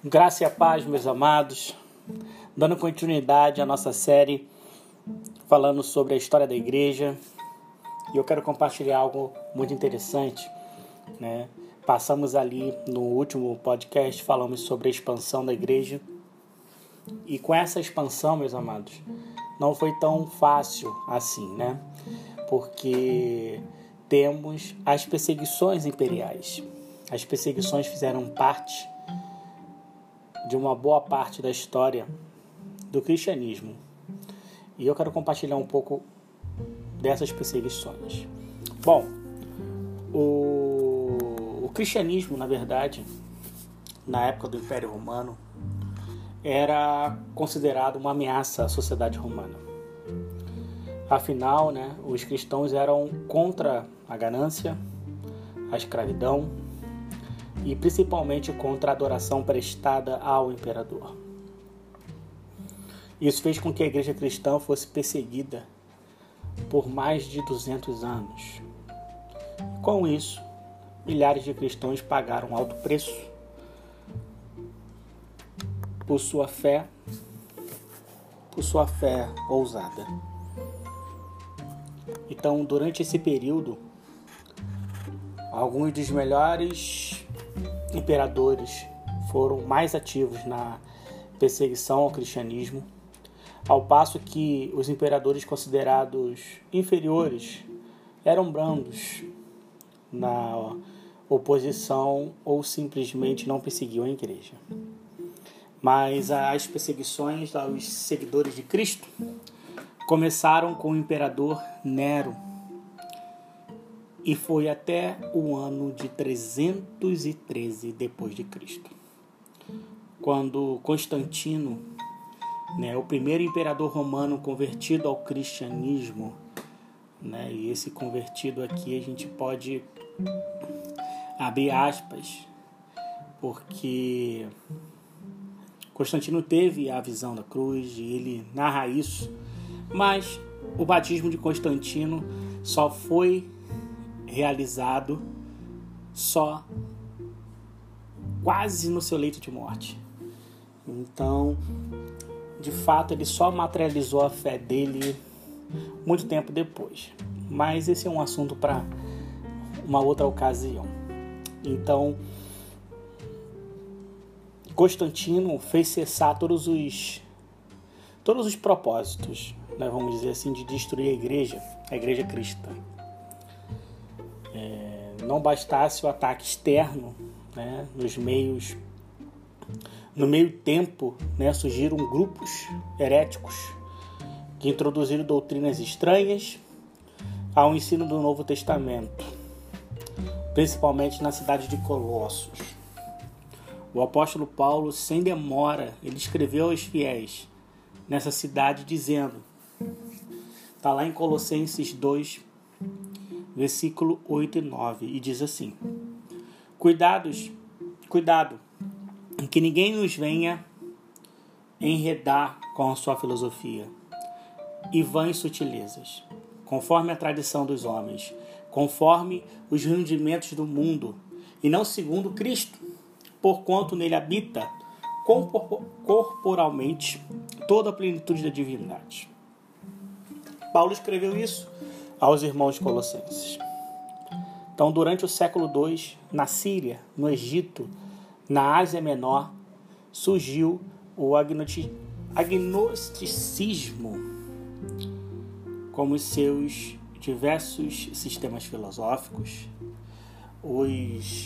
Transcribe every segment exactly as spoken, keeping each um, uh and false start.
Graça e a paz, meus amados, dando continuidade à nossa série falando sobre a história da igreja, e eu quero compartilhar algo muito interessante, né? Passamos ali no último podcast, falamos sobre a expansão da igreja, e com essa expansão, meus amados, não foi tão fácil assim, né? Porque temos as perseguições imperiais. As perseguições fizeram parte de uma boa parte da história do cristianismo. E eu quero compartilhar um pouco dessas perseguições. Bom, o, o cristianismo, na verdade, na época do Império Romano, era considerado uma ameaça à sociedade romana. Afinal, né, os cristãos eram contra a ganância, a escravidão, e principalmente contra a adoração prestada ao imperador. Isso fez com que a igreja cristã fosse perseguida por mais de duzentos anos. Com isso, milhares de cristãos pagaram alto preço por sua fé, por sua fé ousada. Então, durante esse período, alguns dos melhores imperadores foram mais ativos na perseguição ao cristianismo, ao passo que os imperadores considerados inferiores eram brandos na oposição ou simplesmente não perseguiam a igreja. Mas as perseguições aos seguidores de Cristo começaram com o imperador Nero, e foi até o ano de trezentos e treze depois de Cristo, quando Constantino, né, o primeiro imperador romano convertido ao cristianismo, né, e esse convertido aqui a gente pode abrir aspas, porque Constantino teve a visão da cruz e ele narra isso, mas o batismo de Constantino só foi realizado só quase no seu leito de morte. Então, de fato, ele só materializou a fé dele muito tempo depois. Mas esse é um assunto para uma outra ocasião. Então, Constantino fez cessar todos os todos os propósitos, né, vamos dizer assim, de destruir a igreja, a igreja cristã. Não bastasse o ataque externo, né, nos meios, no meio tempo, né, surgiram grupos heréticos que introduziram doutrinas estranhas ao ensino do Novo Testamento, principalmente na cidade de Colossos. O apóstolo Paulo, sem demora, ele escreveu aos fiéis nessa cidade dizendo, está lá em Colossenses dois, versículo oito e nove, e diz assim: Cuidados, cuidado, que ninguém nos venha enredar com a sua filosofia e vãs sutilezas, conforme a tradição dos homens, conforme os rudimentos do mundo, e não segundo Cristo, porquanto nele habita corporalmente toda a plenitude da divindade. Paulo escreveu isso aos irmãos colossenses. Então, durante o século dois, na Síria, no Egito, na Ásia Menor, surgiu o agnosticismo, como os seus diversos sistemas filosóficos, os,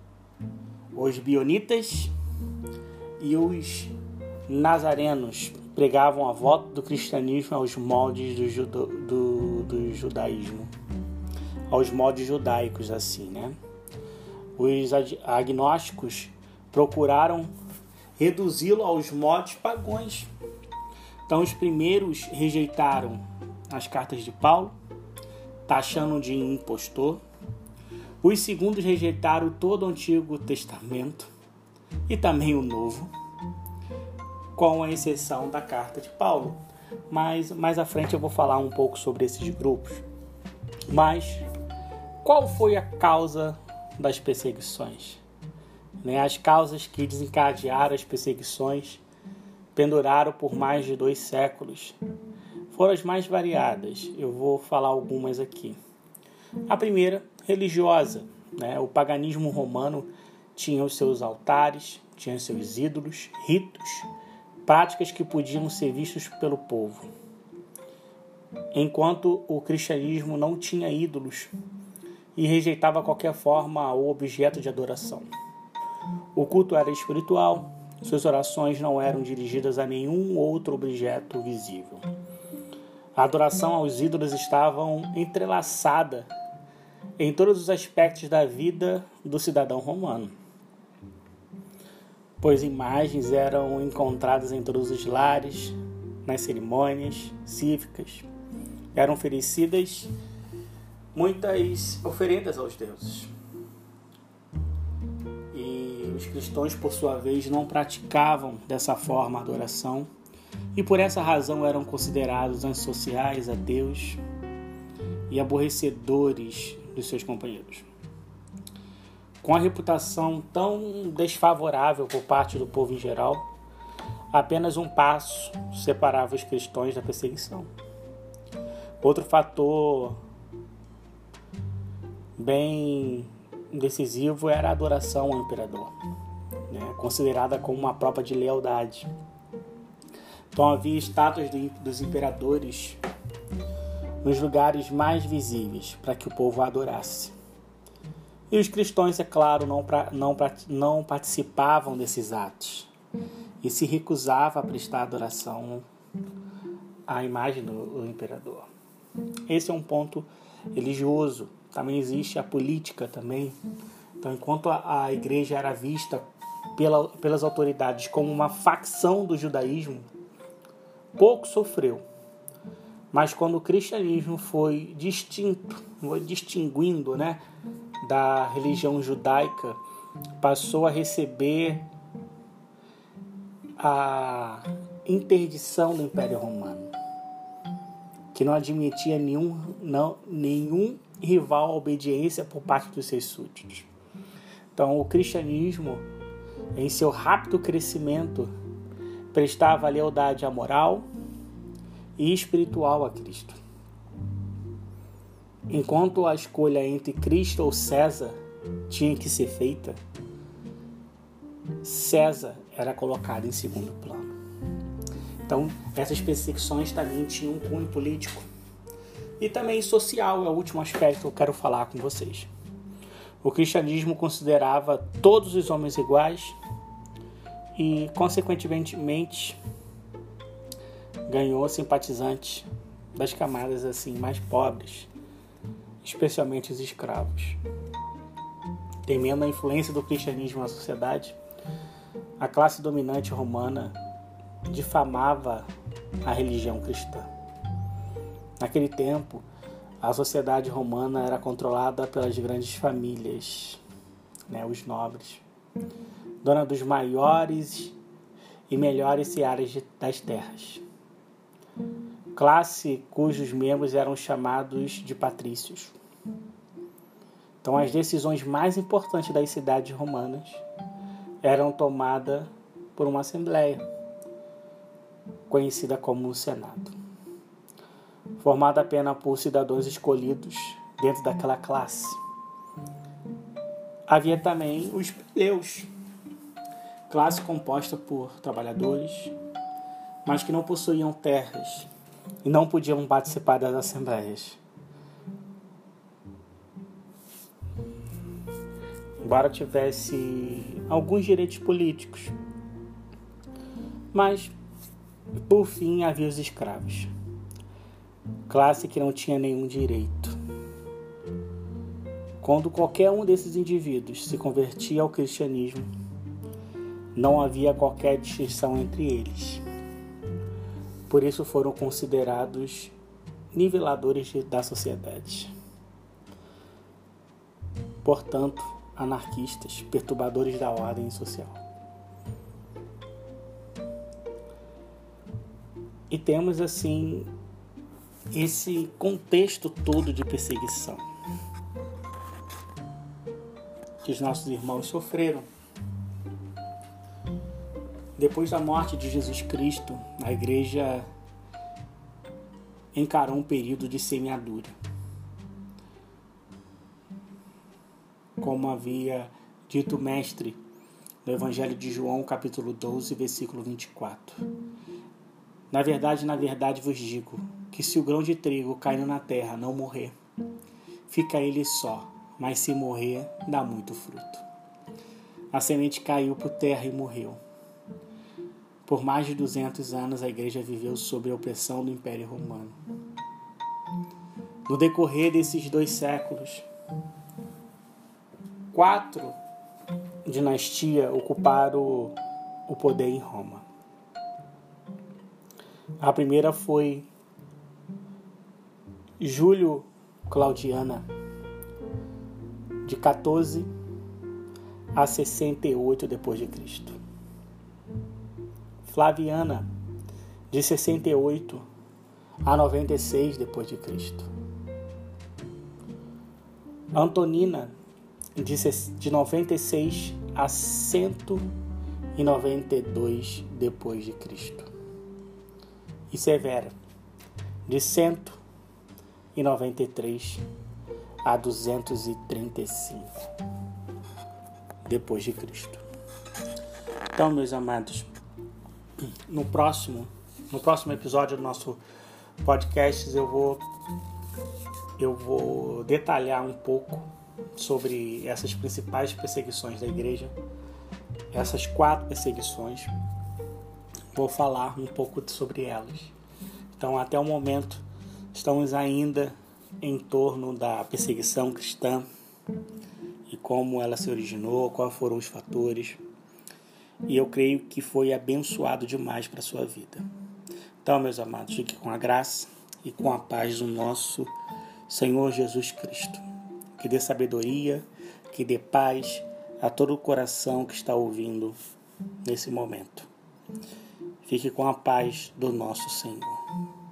os bionitas e os nazarenos pregavam a volta do cristianismo aos moldes do, judo, do, do judaísmo, aos moldes judaicos, assim, né? Os agnósticos procuraram reduzi-lo aos moldes pagãos. Então, os primeiros rejeitaram as cartas de Paulo, taxando de impostor. Os segundos rejeitaram todo o Antigo Testamento e também o Novo, com a exceção da carta de Paulo. Mas mais à frente eu vou falar um pouco sobre esses grupos. Mas qual foi a causa das perseguições? né, as causas que desencadearam as perseguições penduraram por mais de dois séculos foram as mais variadas. Eu vou falar algumas aqui. A primeira, religiosa, né? O paganismo romano tinha os seus altares, tinha os seus ídolos, ritos, práticas que podiam ser vistos pelo povo. Enquanto o cristianismo não tinha ídolos e rejeitava qualquer forma ou objeto de adoração. O culto era espiritual, suas orações não eram dirigidas a nenhum outro objeto visível. A adoração aos ídolos estava entrelaçada em todos os aspectos da vida do cidadão romano, pois imagens eram encontradas em todos os lares, nas cerimônias cívicas. Eram oferecidas muitas oferendas aos deuses. E os cristãos, por sua vez, não praticavam dessa forma a adoração e por essa razão eram considerados antissociais a Deus e aborrecedores dos seus companheiros. Com a reputação tão desfavorável por parte do povo em geral, apenas um passo separava os cristãos da perseguição. Outro fator bem decisivo era a adoração ao imperador, né, considerada como uma prova de lealdade. Então havia estátuas dos imperadores nos lugares mais visíveis para que o povo a adorasse. E os cristãos, é claro, não, pra, não, pra, não participavam desses atos e se recusavam a prestar adoração à imagem do, do imperador. Esse é um ponto religioso. Também existe a política também. Então, enquanto a, a igreja era vista pela, pelas autoridades como uma facção do judaísmo, pouco sofreu. Mas quando o cristianismo foi distinto, foi distinguindo, né, da religião judaica, passou a receber a interdição do Império Romano, que não admitia nenhum, não, nenhum rival à obediência por parte dos seus súditos. Então, o cristianismo, em seu rápido crescimento, prestava lealdade à moral e espiritual a Cristo. Enquanto a escolha entre Cristo ou César tinha que ser feita, César era colocado em segundo plano. Então, essas perseguições também tinham um cunho político e também social. É o último aspecto que eu quero falar com vocês. O cristianismo considerava todos os homens iguais e, consequentemente, ganhou simpatizantes das camadas assim mais pobres, especialmente os escravos. Temendo a influência do cristianismo na sociedade, a classe dominante romana difamava a religião cristã. Naquele tempo, a sociedade romana era controlada pelas grandes famílias, né, os nobres, dona dos maiores e melhores searas das terras. Classe cujos membros eram chamados de patrícios. Então, as decisões mais importantes das cidades romanas eram tomadas por uma assembleia, conhecida como o Senado, formada apenas por cidadãos escolhidos dentro daquela classe. Havia também os plebeus, classe composta por trabalhadores, mas que não possuíam terras e não podiam participar das assembleias. Embora tivesse alguns direitos políticos, mas, por fim, havia os escravos, classe que não tinha nenhum direito. Quando qualquer um desses indivíduos se convertia ao cristianismo, não havia qualquer distinção entre eles. Por isso foram considerados niveladores da sociedade. Portanto, anarquistas, perturbadores da ordem social. E temos, assim, esse contexto todo de perseguição que os nossos irmãos sofreram Depois da morte de Jesus Cristo, a igreja encarou um período de semeadura. Como havia dito o mestre no Evangelho de João, capítulo doze, versículo vinte e quatro. Na verdade, na verdade vos digo, que se o grão de trigo caindo na terra não morrer, fica ele só, mas se morrer, dá muito fruto. A semente caiu por terra e morreu. Por mais de duzentos anos, a igreja viveu sob a opressão do Império Romano. No decorrer desses dois séculos, quatro dinastias ocuparam o poder em Roma. A primeira foi Júlio Claudiana, de quatorze a sessenta e oito depois de Cristo. Flaviana, de sessenta e oito a noventa e seis depois de Cristo. Antonina, de noventa e seis a cento e noventa e dois depois de Cristo. E Severa, de cento e noventa e três a duzentos e trinta e cinco depois de Cristo. Então, meus amados, no próximo, no próximo episódio do nosso podcast eu vou eu vou detalhar um pouco sobre essas principais perseguições da igreja, essas quatro perseguições. Vou falar um pouco sobre elas. Então, até o momento, estamos ainda em torno da perseguição cristã e como ela se originou, quais foram os fatores. E eu creio que foi abençoado demais para a sua vida. Então, meus amados, fique com a graça e com a paz do nosso Senhor Jesus Cristo. Que dê sabedoria, que dê paz a todo o coração que está ouvindo nesse momento. Fique com a paz do nosso Senhor.